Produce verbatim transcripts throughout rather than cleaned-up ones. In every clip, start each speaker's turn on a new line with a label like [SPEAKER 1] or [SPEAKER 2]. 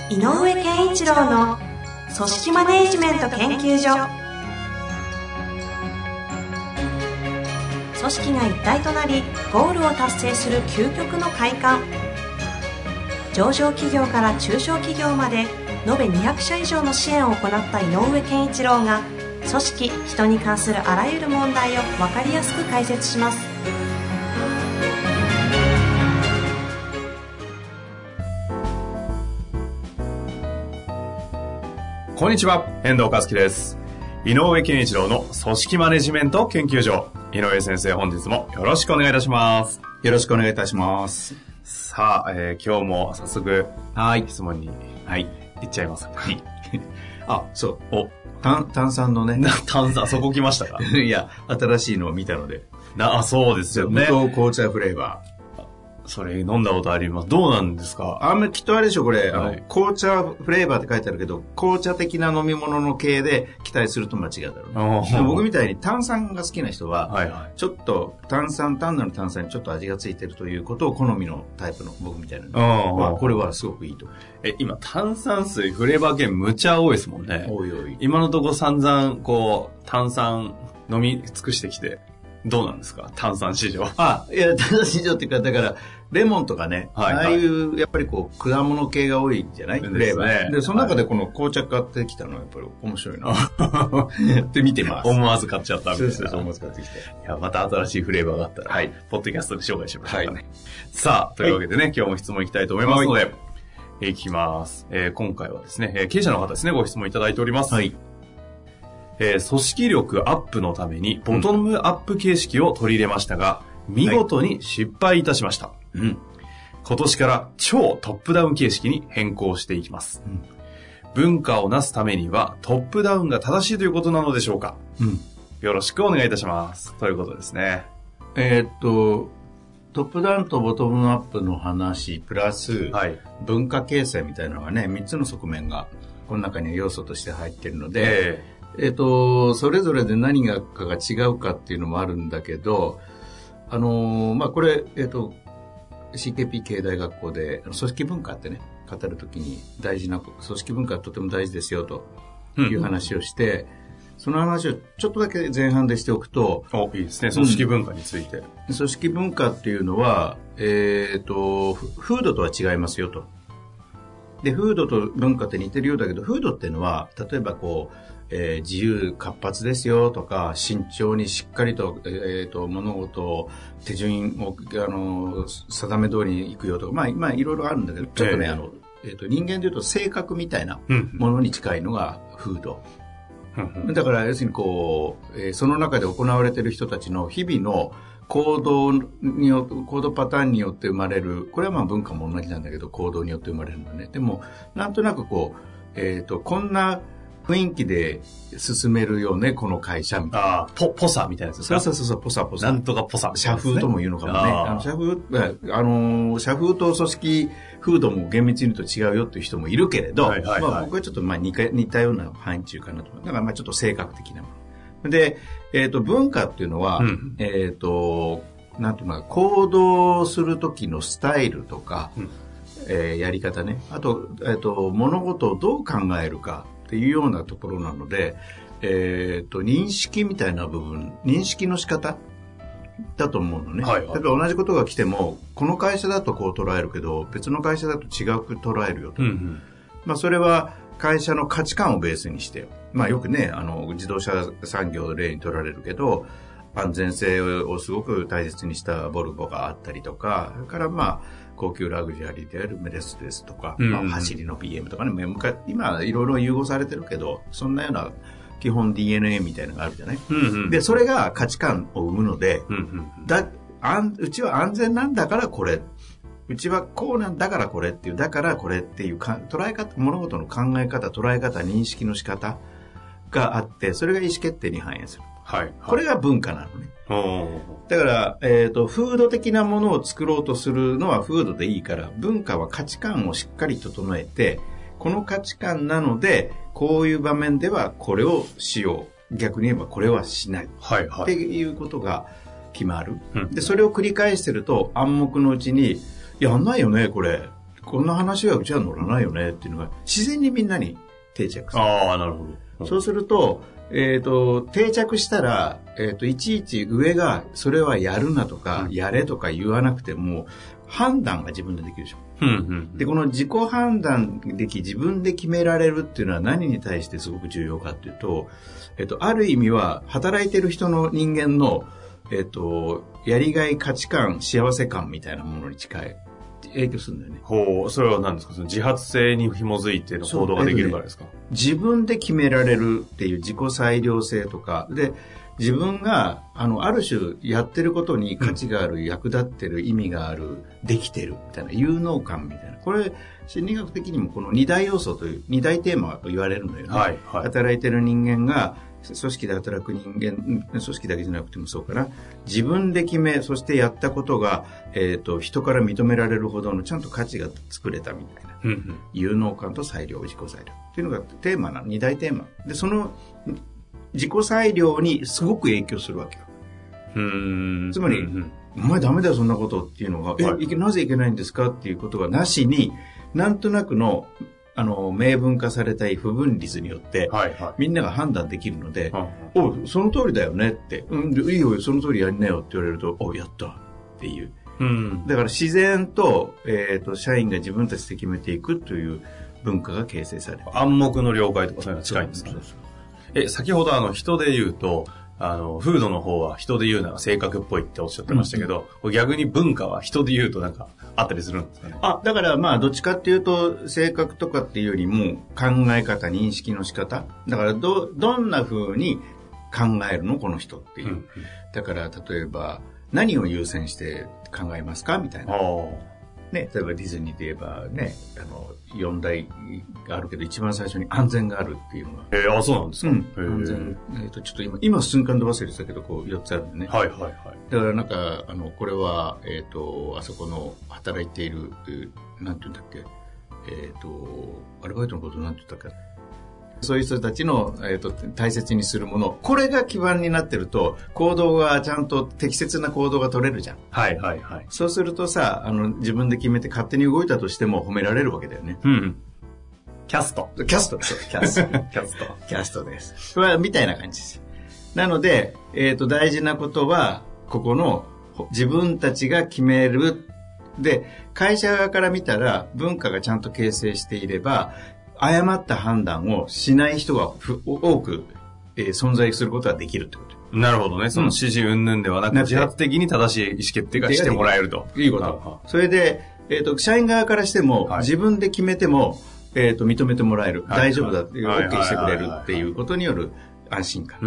[SPEAKER 1] 井上健一郎の組織マネジメント研究所。組織が一体となりゴールを達成する究極の快感。上場企業から中小企業まで延べにひゃくしゃ以上の支援を行った井上健一郎が、組織・人に関するあらゆる問題を分かりやすく解説します。
[SPEAKER 2] こんにちは、遠藤和樹です。井上健一郎の組織マネジメント研究所。井上先生、本日もよろしくお願いいたします。
[SPEAKER 3] よろしくお願いいたします。
[SPEAKER 2] さあ、えー、今日も早速、
[SPEAKER 3] はい、
[SPEAKER 2] 質問に、
[SPEAKER 3] はい、
[SPEAKER 2] いっちゃいます。はい。
[SPEAKER 3] あ、そう。お、炭、炭酸のね。
[SPEAKER 2] 炭酸、そこ来ましたか？
[SPEAKER 3] いや、新しいのを見たので。
[SPEAKER 2] な、あ、そうですよね。
[SPEAKER 3] 無糖紅茶フレーバー。
[SPEAKER 2] それ飲んだことあります。どうなんですか？
[SPEAKER 3] あんまりきっとあれでしょ、これ、はい、あの紅茶フレーバーって書いてあるけど、紅茶的な飲み物の系で期待すると間違うだろうね。僕みたいに炭酸が好きな人は、はいはい、ちょっと炭酸単なる炭酸にちょっと味がついてるということを好みのタイプの僕みたいなの、まあ、これはすごくいいと。
[SPEAKER 2] え、今炭酸水フレーバー系むちゃ多いですもんね。
[SPEAKER 3] 多い多い。
[SPEAKER 2] 今のところ散々こう炭酸飲み尽くしてきてどうなんですか、炭酸市場？
[SPEAKER 3] あ、いや、炭酸市場っていうか、だからレモンとかね、はいはい、ああいうやっぱりこう果物系が多いじゃない？フレーバー。で、その中でこの紅茶買ってきたのはやっぱり面白いなって見てます。
[SPEAKER 2] 思わず買っちゃったみたいな。
[SPEAKER 3] そうそうそう、思わず買ってきて。い
[SPEAKER 2] や、また新しいフレーバーがあったら、はい、ポッドキャストで紹介しましょうかね。はい、さあ、というわけでね、はい、今日も質問いきたいと思いますので、はい、いきます。えー、今回はですね、えー、経営者の方ですね、ご質問いただいております。はい。えー、組織力アップのためにボトムアップ形式を取り入れましたが、うん、見事に失敗いたしました。うん、今年から超トップダウン形式に変更していきます。うん、文化をなすためにはトップダウンが正しいということなのでしょうか？うん、よろしくお願いいたします。ということですね。
[SPEAKER 3] えー、っと、トップダウンとボトムアップの話、プラス、はい、文化形成みたいなのがね、みっつの側面がこの中には要素として入っているので、えーえっと、それぞれで何がかが違うかっていうのもあるんだけど、あのー、まあ、これ、えっと、シーケーピー 経営大学校で、組織文化ってね、語るときに大事な、組織文化はとても大事ですよ、という話をして、うん、その話をちょっとだけ前半でしておくと、
[SPEAKER 2] お、いいですね、組織文化について。
[SPEAKER 3] うん、組織文化っていうのは、えっと、風土とは違いますよ、と。で、風土と文化って似てるようだけど、風土っていうのは、例えばこう、えー、自由活発ですよとか、慎重にしっかりと、えー、と物事を手順をあの定め通りにいくよとか、まあ、まあ、いろいろあるんだけど、ちょっとね、えー、あのえー、と人間でいうと性格みたいなものに近いのが風土、うん、だから要するにこう、えー、その中で行われている人たちの日々の行動によ行動パターンによって生まれる、これはまあ文化も同じなんだけど、行動によって生まれるんだね。でもなんとなくこう、えー、とこんな雰囲気で進めるよね、この会社みたいな。
[SPEAKER 2] ああ、ポ、ポサみたいなやつですか？
[SPEAKER 3] そうそうそう、ポサポサ。
[SPEAKER 2] なんとかポサ、ね。
[SPEAKER 3] 社風とも言うのかもね。ああの社風、あの、社風と組織風土も厳密に言うと違うよっていう人もいるけれど、はいはいはい、まあ、僕はちょっとまあ似か似たような範疇かなと。だからまあちょっと性格的なもの。で、えっ、ー、と、文化っていうのは、うん、えっ、ー、と、なんていうのか、行動する時のスタイルとか、うん、えー、やり方ね。あと、えっ、ー、と、物事をどう考えるか。っていうようなところなので、えー、と認識みたいな部分、認識の仕方だと思うのね。はいはい、だから同じことが来ても、この会社だとこう捉えるけど、別の会社だと違うく捉えるよと。うんうん、まあ、それは会社の価値観をベースにしてよ。まあ、よくね、あの自動車産業の例に取られるけど、安全性をすごく大切にしたボルボがあったりとか、それからまあ高級ラグジュアリーであるメルセデスとか、うんうん、まあ、走りの ビーエム とかね、今いろいろ融合されてるけど、そんなような基本 ディーエヌエー みたいなのがあるじゃない、うんうん、でそれが価値観を生むので、うんうん、だあんうちは安全なんだからこれ、うちはこうなんだからこれっていう、だからこれっていうか捉え方、物事の考え方、捉え方、認識の仕方があって、それが意思決定に反映する。はいはい、これが文化なのね。だから、えーと、風土的なものを作ろうとするのは風土でいいから、文化は価値観をしっかり整えて、この価値観なのでこういう場面ではこれをしよう、逆に言えばこれはしない、はいはい、っていうことが決まる、うん、でそれを繰り返してると暗黙のうちにやんないよねこれこんな話はうちは乗らないよねっていうのが自然にみんなに定着する。
[SPEAKER 2] ああ、なるほど。
[SPEAKER 3] そうすると、えっ、ー、と、定着したら、えっ、ー、と、いちいち上がそれはやるなとか、うん、やれとか言わなくても、判断が自分でできるでしょ。
[SPEAKER 2] うんうん、
[SPEAKER 3] で、この自己判断でき、自分で決められるっていうのは何に対してすごく重要かっていうと、えっ、ー、と、ある意味は働いてる人の人間の、えっ、と、やりがい、価値観、幸せ感みたいなものに近い。影響するんだよね。
[SPEAKER 2] ほう、それは何ですか？その自発性に紐づいての行動ができるからですか？
[SPEAKER 3] ね、自分で決められるっていう自己裁量性とかで、自分があのある種やってることに価値がある、うん、役立ってる、意味がある、できてるみたいな有能感みたいな、これ心理学的にもこの二大要素という二大テーマと言われるんだよね。
[SPEAKER 2] はいはい、
[SPEAKER 3] 働いてる人間が組織で働く人間、組織だけじゃなくてもそうかな。自分で決め、そしてやったことが、えっと、人から認められるほどのちゃんと価値が作れたみたいな。
[SPEAKER 2] うんうん、
[SPEAKER 3] 有能感と裁量、自己裁量。っていうのがテーマなの、二大テーマ。で、その自己裁量にすごく影響するわけよ。
[SPEAKER 2] うーん
[SPEAKER 3] つまり、うんうん、お前ダメだよ、そんなことっていうのが、はい、え、なぜいけないんですかっていうことがなしに、なんとなくの、あの明文化された不分率によって、
[SPEAKER 2] はいはい、
[SPEAKER 3] みんなが判断できるので、
[SPEAKER 2] はいはい、
[SPEAKER 3] おその通りだよねって、うん、いいよその通りやりなよって言われると、おやったっていう、
[SPEAKER 2] うん、
[SPEAKER 3] だから自然と、えーと社員が自分たちで決めていくという文化が形成される。
[SPEAKER 2] 暗黙の了解とかそういうのが近いんですか？そうそうそう。え先ほどあの人で言うとあのフードの方は人で言うなら性格っぽいっておっしゃってましたけど、うん、逆に文化は人で言うとなんかあったりするんですかね？
[SPEAKER 3] あ、だからまあどっちかっていうと性格とかっていうよりも考え方、認識の仕方、だからどどんな風に考えるのこの人っていう、うんうん、だから例えば何を優先して考えますかみたいなね、例えばディズニーで言えばね、あのよん大があるけど一番最初に安全があるっていうのが、
[SPEAKER 2] えー、あ、そうなんですか？
[SPEAKER 3] うん、安全、えーとちょっと今今瞬間で忘れてたけどこうよっつあるんでね。
[SPEAKER 2] はいはいはい。
[SPEAKER 3] だからなんかあのこれはえっ、ー、とあそこの働いているなんていうんだっけ、えっ、ー、とアルバイトのことなんて言ったか。そういう人たちの、えーと、大切にするもの、これが基盤になってると行動がちゃんと適切な行動が取れるじゃん。
[SPEAKER 2] はいはいはい。
[SPEAKER 3] そうするとさ、あの自分で決めて勝手に動いたとしても褒められるわけだよね。
[SPEAKER 2] うん。キャスト。
[SPEAKER 3] キャスト。そう、キャスト。
[SPEAKER 2] キャスト。
[SPEAKER 3] キャストです。これはみたいな感じです。なので、えっと、大事なことは、ここの自分たちが決める。で、会社側から見たら文化がちゃんと形成していれば、誤った判断をしない人が多く、えー、存在することができるってこと。
[SPEAKER 2] なるほどね。その指示云々ではなく、うん、自発的に正しい意思決定がしてもらえると。
[SPEAKER 3] いいこと。それで、えっと、社員側からしても、はい、自分で決めても、えっと、認めてもらえる。はい、大丈夫だっていう、はい、OK してくれるっていうことによる安心感。
[SPEAKER 2] うんうん、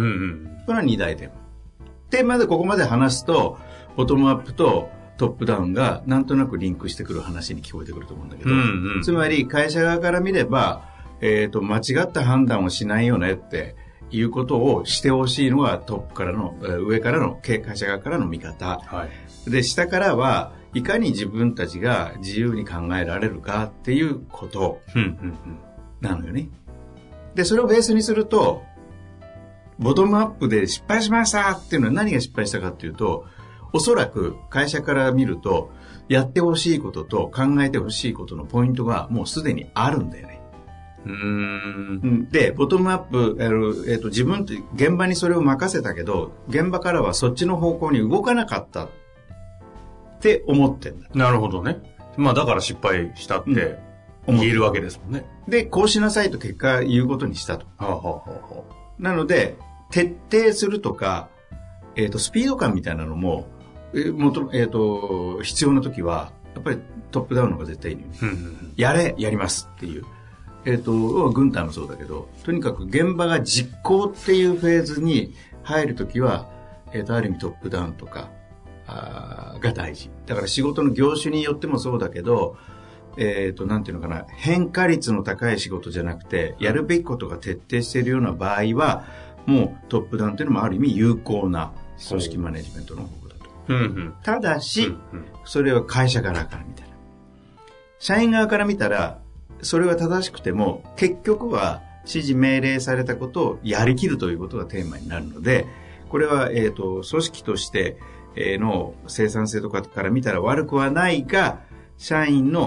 [SPEAKER 3] これは二大テーマ。テーマでここまで話すと、ボトムアップとトップダウンがなんとなくリンクしてくる話に聞こえてくると思うんだけど、
[SPEAKER 2] うんうん、
[SPEAKER 3] つまり会社側から見れば、えっと、間違った判断をしないよねっていうことをしてほしいのがトップからの、上からの、会社側からの見方。
[SPEAKER 2] はい、
[SPEAKER 3] で、下からはいかに自分たちが自由に考えられるかっていうことなのよね。で、それをベースにすると、ボトムアップで失敗しましたっていうのは何が失敗したかっていうと、おそらく会社から見ると、やってほしいことと考えてほしいことのポイントがもうすでにあるんだよね。
[SPEAKER 2] うーん
[SPEAKER 3] で、ボトムアップ、えーと、自分って現場にそれを任せたけど、現場からはそっちの方向に動かなかったって思ってんだ。
[SPEAKER 2] なるほどね。まあだから失敗したって言えるわけですもんね。
[SPEAKER 3] で、こうしなさいと結果言うことにしたと。
[SPEAKER 2] はあはあはあ、
[SPEAKER 3] なので、徹底するとか、えーと、スピード感みたいなのも、えーもとえーと、必要な時は、やっぱりトップダウンの方が絶対いいのよ、ね
[SPEAKER 2] うんうんうん。
[SPEAKER 3] やれ、やりますっていう。えっと、軍隊もそうだけど、とにかく現場が実行っていうフェーズに入るときは、えっと、ある意味トップダウンとか、あが大事。だから仕事の業種によってもそうだけど、えっと、なんていうのかな、変化率の高い仕事じゃなくて、やるべきことが徹底しているような場合は、もうトップダウンっていうのもある意味有効な組織マネジメントの方法だと。
[SPEAKER 2] うんうん、
[SPEAKER 3] ただし、
[SPEAKER 2] うんうん、
[SPEAKER 3] それは会社側から見たら。社員側から見たら、それは正しくても結局は指示命令されたことをやりきるということがテーマになるので、これは、えーと、組織としての生産性とかから見たら悪くはないが、社員の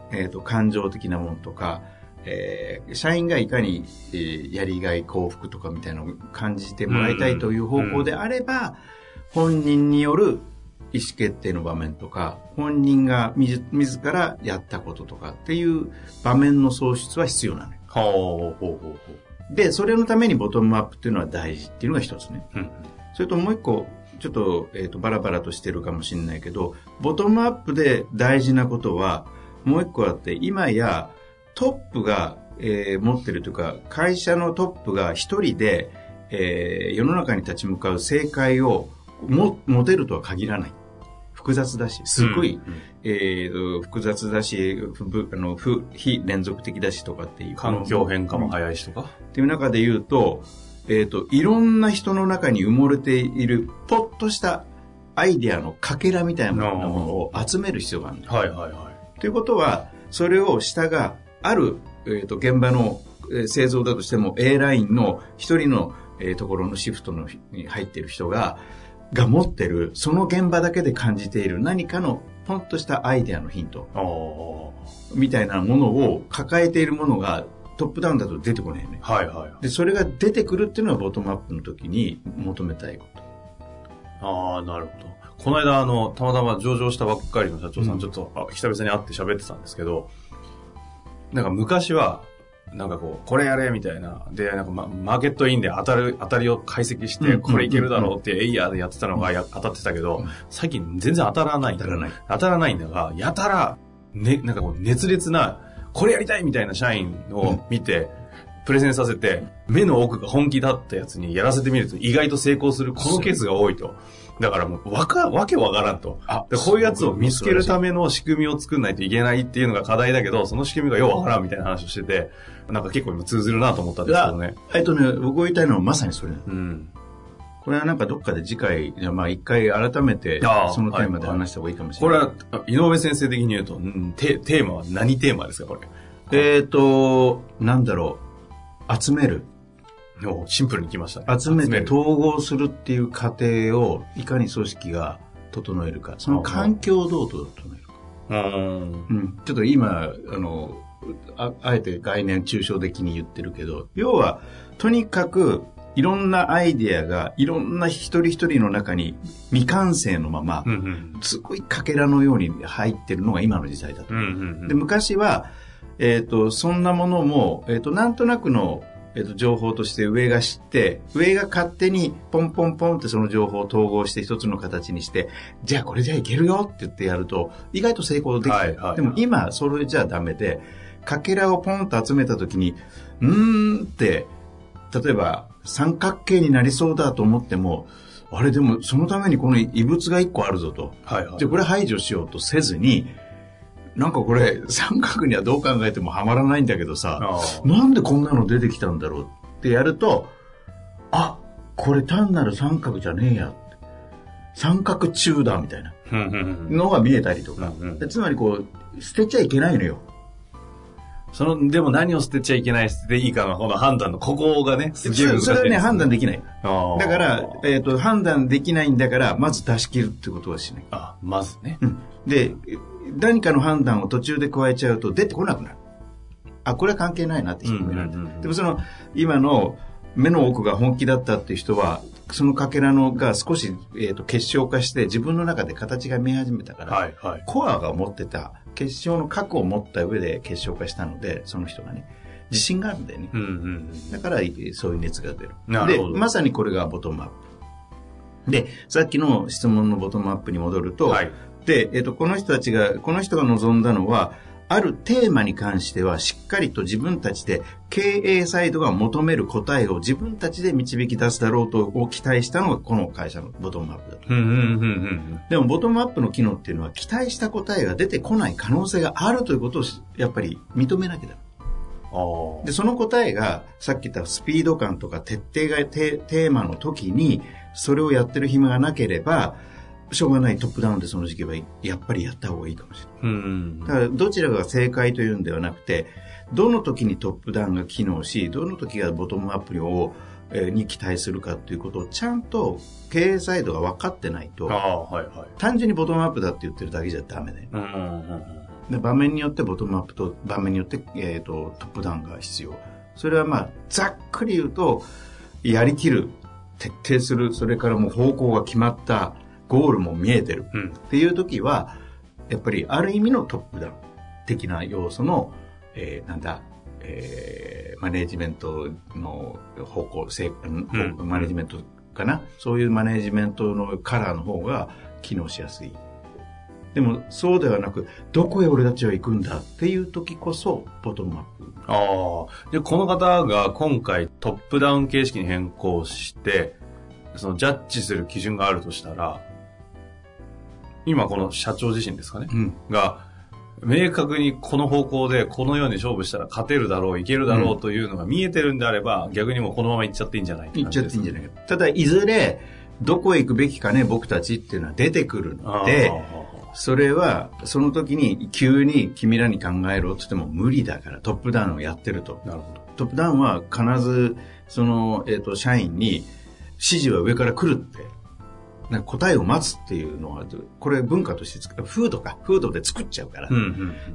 [SPEAKER 3] えーと、感情的なものとか、えー、社員がいかに、えー、やりがい幸福とかみたいなのを感じてもらいたいという方向であれば、うんうん、本人による意思決定の場面とか、本人が自らやったこととかっていう場面の創出は必要なのよ。
[SPEAKER 2] ほうほうほうほ
[SPEAKER 3] う。で、それのためにボトムアップっていうのは大事っていうのが一つね。うん、それともう一個、ちょっと、えーと、バラバラとしてるかもしれないけど、ボトムアップで大事なことは、もう一個あって、今やトップが、えー、持ってるというか、会社のトップが一人で、えー、世の中に立ち向かう正解をも持てるとは限らない。複雑だし、すごい、うんうん、えー、複雑だし、不、あの、不、非連続的だしとかっていう。
[SPEAKER 2] 環境変化も早いしとか。
[SPEAKER 3] っていう中で言うと、えっと、いろんな人の中に埋もれている、ポッとしたアイデアのかけらみたいなものを集める必要があるんだよ。
[SPEAKER 2] はいはいはい。
[SPEAKER 3] ということは、それを下がある、えっと、現場の、えー、製造だとしても A ラインの一人の、えー、ところのシフトのに入っている人が、が持ってる、その現場だけで感じている何かのポンとしたアイデアのヒントみたいなものを抱えているものがトップダウンだと出てこないよね。
[SPEAKER 2] はいはい。
[SPEAKER 3] で、それが出てくるっていうのはボトムアップの時に求めたいこと。
[SPEAKER 2] ああ、なるほど。この間、あの、たまたま上場したばっかりの社長さん、うん、ちょっとあ久々に会って喋ってたんですけど、なんか昔は、なんかこう、これやれみたいな。で、なんか、ま、マーケットインで当たる、当たりを解析して、これいけるだろうって、エイヤーでやってたのがや当たってたけど、最近全然当たらない。
[SPEAKER 3] 当たらない。
[SPEAKER 2] 当たらないんだが、やたら、ね、なんかこう、熱烈な、これやりたいみたいな社員を見て、うん、プレゼンさせて、目の奥が本気だったやつにやらせてみると、意外と成功する、このケースが多いと。だからもう、わか、わけわからんと。あ、でこういうやつを見つけるための仕組みを作んないといけないっていうのが課題だけど、その仕組みがようわからんみたいな話をしてて、なんか結構今通ずるなと思ったんですけどね。
[SPEAKER 3] えっとね、僕が言いたいのはまさにそれ。うん。これはなんかどっかで次回、じゃあまあ一回改めて、そのテーマで話した方がいいかもしれない。
[SPEAKER 2] はいはい、これは、井上先生的に言うと、うん、テ, テーマは何テーマですか、こ
[SPEAKER 3] れ。えっと、なんだろう、集める。
[SPEAKER 2] シンプルに来ましたね。
[SPEAKER 3] 集めて統合するっていう過程をいかに組織が整えるか、その環境をどう整えるか。うん、ちょっと今あの あ, あえて概念抽象的に言ってるけど、要はとにかくいろんなアイデアがいろんな一人一人の中に未完成のまま、うんうん、すごいかけらのように入ってるのが今の時代だと。うんうんうん、で昔は、えーと、そんなものも、えーと、なんとなくのえっと、情報として上が知って、上が勝手にポンポンポンってその情報を統合して一つの形にして、じゃあこれじゃいけるよって言ってやると、意外と成功できる。はいはいはい、でも今、それじゃダメで、かけらをポンと集めたときに、うーんって、例えば三角形になりそうだと思っても、あれでもそのためにこの異物が一個あるぞと。はいはい、で、これ排除しようとせずに、なんかこれ三角にはどう考えてもはまらないんだけどさ、なんでこんなの出てきたんだろうってやると、あ、これ単なる三角じゃねえや、三角柱だみたいなのが見えたりとか、でつまりこう捨てちゃいけないのよ。
[SPEAKER 2] そのでも何を捨てちゃいけない捨てていいかのこの判断のここがね、すげえ難しいですね。
[SPEAKER 3] それはね判断できない。だから、えーと、判断できないんだからまず出し切るってことはしない。
[SPEAKER 2] あ、まずね。
[SPEAKER 3] うん、で何かの判断を途中で加えちゃうと出てこなくなる。あ、これは関係ないなって人もいる、うんうんうん、でもその今の目の奥が本気だったっていう人はそのかけらのが少し、えーと、結晶化して自分の中で形が見え始めたから、はいはい、コアが持ってた結晶の核を持った上で結晶化したので、その人がね自信があるんだよね、うんうんうん、だからそういう熱が出る。でまさにこれがボトムアップで、さっきの質問のボトムアップに戻ると、はい、で、えっと、この人たちが、この人が望んだのは、あるテーマに関してはしっかりと自分たちで経営サイドが求める答えを自分たちで導き出すだろうとを期待したのがこの会社のボトムアップだと。うんうんうんうん、でもボトムアップの機能っていうのは期待した答えが出てこない可能性があるということをやっぱり認めなきゃだめ。で、その答えがさっき言ったスピード感とか徹底が テ, テーマの時にそれをやってる暇がなければしょうがないトップダウンでその時期はやっぱりやった方がいいかもしれない。うん、だからどちらが正解というんではなくて、どの時にトップダウンが機能し、どの時がボトムアップを、えー、に期待するかということをちゃんと経営サイドが分かってないと、あ、はいはい、単純にボトムアップだって言ってるだけじゃダメで、うんうんうん、 で場面によってボトムアップと場面によって、えー、とトップダウンが必要。それはまあざっくり言うとやりきる、徹底する、それからもう方向が決まった、ゴールも見えてる、うん、っていう時はやっぱりある意味のトップダウン的な要素の、えー、なんだ、えー、マネジメントの方向性、うん、マネジメントかな、そういうマネジメントのカラーの方が機能しやすい。でもそうではなく、どこへ俺たちは行くんだっていう時こそボトムアップ。
[SPEAKER 2] ああ。で、この方が今回トップダウン形式に変更して、そのジャッジする基準があるとしたら、今この社長自身ですかね、うん、が、明確にこの方向でこのように勝負したら勝てるだろう、いけるだろうというのが見えてるんであれば、うん、逆にもうこのまま行っちゃっていいんじゃない
[SPEAKER 3] 行っちゃっていいんじゃないか。ただ、いずれ、どこへ行くべきかね、僕たちっていうのは出てくるので、それは、その時に急に君らに考えろって言っても無理だから、トップダウンをやってると。なるほど。トップダウンは必ず、その、えっと、社員に指示は上から来るって、なんか答えを待つっていうのは、これ文化として作る、フードか、フードで作っちゃうから。うんうん、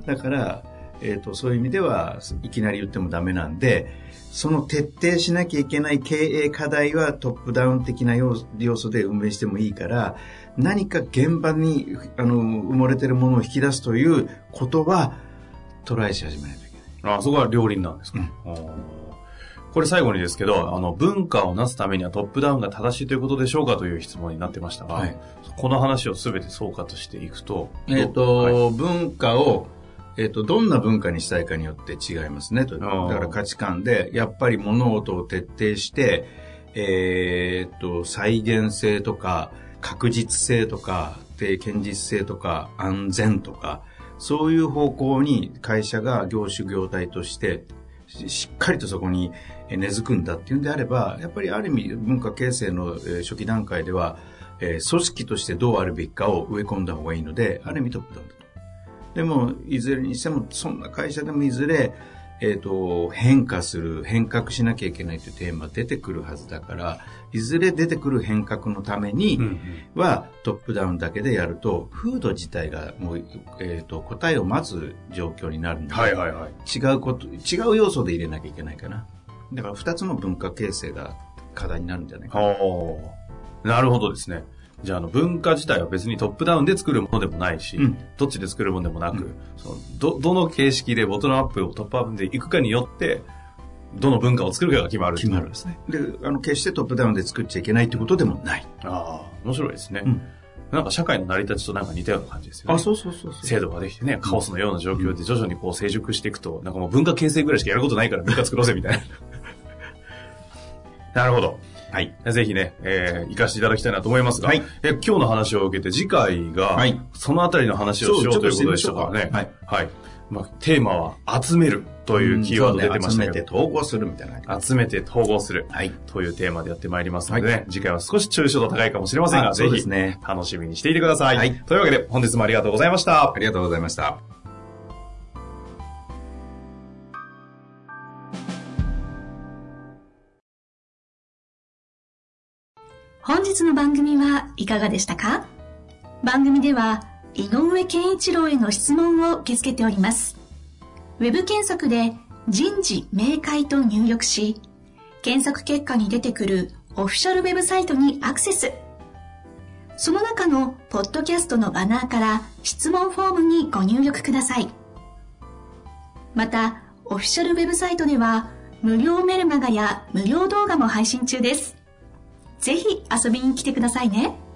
[SPEAKER 3] だから、えっと、そういう意味では、いきなり言ってもダメなんで、その徹底しなきゃいけない経営課題はトップダウン的な要素で運営してもいいから、何か現場にあの埋もれてるものを引き出すということはトライし始めないといけない。
[SPEAKER 2] ああ、そこは両輪なんですか、うん、これ最後にですけど、あの文化をなすためにはトップダウンが正しいということでしょうかという質問になってましたが、はい、この話を全て総括していくと、
[SPEAKER 3] えっと、はい、文化をえっと、どんな文化にしたいかによって違いますねと。だから価値観で、やっぱり物事を徹底して、えー、っと、再現性とか、確実性とか、で、堅実性とか、安全とか、そういう方向に会社が業種業態として、しっかりとそこに根付くんだっていうんであれば、やっぱりある意味文化形成の初期段階では、えー、組織としてどうあるべきかを植え込んだ方がいいので、ある意味トップダウンだと。でも、いずれにしても、そんな会社でもいずれ、えっと、変化する、変革しなきゃいけないというテーマが出てくるはずだから、いずれ出てくる変革のためには、トップダウンだけでやると、風土自体がもう、えっと、答えを待つ状況になるので、はいはいはい、違うこと、違う要素で入れなきゃいけないかな。だから二つの文化形成が課題になるんじゃないかな。
[SPEAKER 2] なるほどですね。じゃあ、あの文化自体は別にトップダウンで作るものでもないし、うん、どっちで作るものでもなく、うん、その ど, どの形式でボトムアップをトップアップでいくかによってどの文化を作るかが決まる
[SPEAKER 3] 決まるですね。で、あの決してトップダウンで作っちゃいけないってことでもない。
[SPEAKER 2] ああ、面白いですね、うん、なんか社会の成り立ちとなんか似たような感じですよね。
[SPEAKER 3] あ、そうそうそうそう。
[SPEAKER 2] 制度ができてね、カオスのような状況で徐々にこう成熟していくと、なんかもう文化形成ぐらいしかやることないから文化作ろうぜみたいななるほど。はい。ぜひね、えー、活かしていただきたいなと思いますが、はい、え今日の話を受けて次回が、はい、そのあたりの話をしようということでしたからね。はい。はい。まあ、テーマは集めるというキーワード出てましたけど、
[SPEAKER 3] ね、集めて統合するみたいな。
[SPEAKER 2] 集めて統合する。はい。というテーマでやってまいりますのでね、はい、次回は少し抽象度高いかもしれませんが、ぜひ、ね、楽しみにしていてください。はい。というわけで、本日もありがとうございました。
[SPEAKER 3] ありがとうございました。
[SPEAKER 1] 本日の番組はいかがでしたか？番組では井上健一郎への質問を受け付けております。ウェブ検索で人事明快と入力し、検索結果に出てくるオフィシャルウェブサイトにアクセス。その中のポッドキャストのバナーから質問フォームにご入力ください。また、オフィシャルウェブサイトでは無料メルマガや無料動画も配信中です。ぜひ遊びに来てくださいね。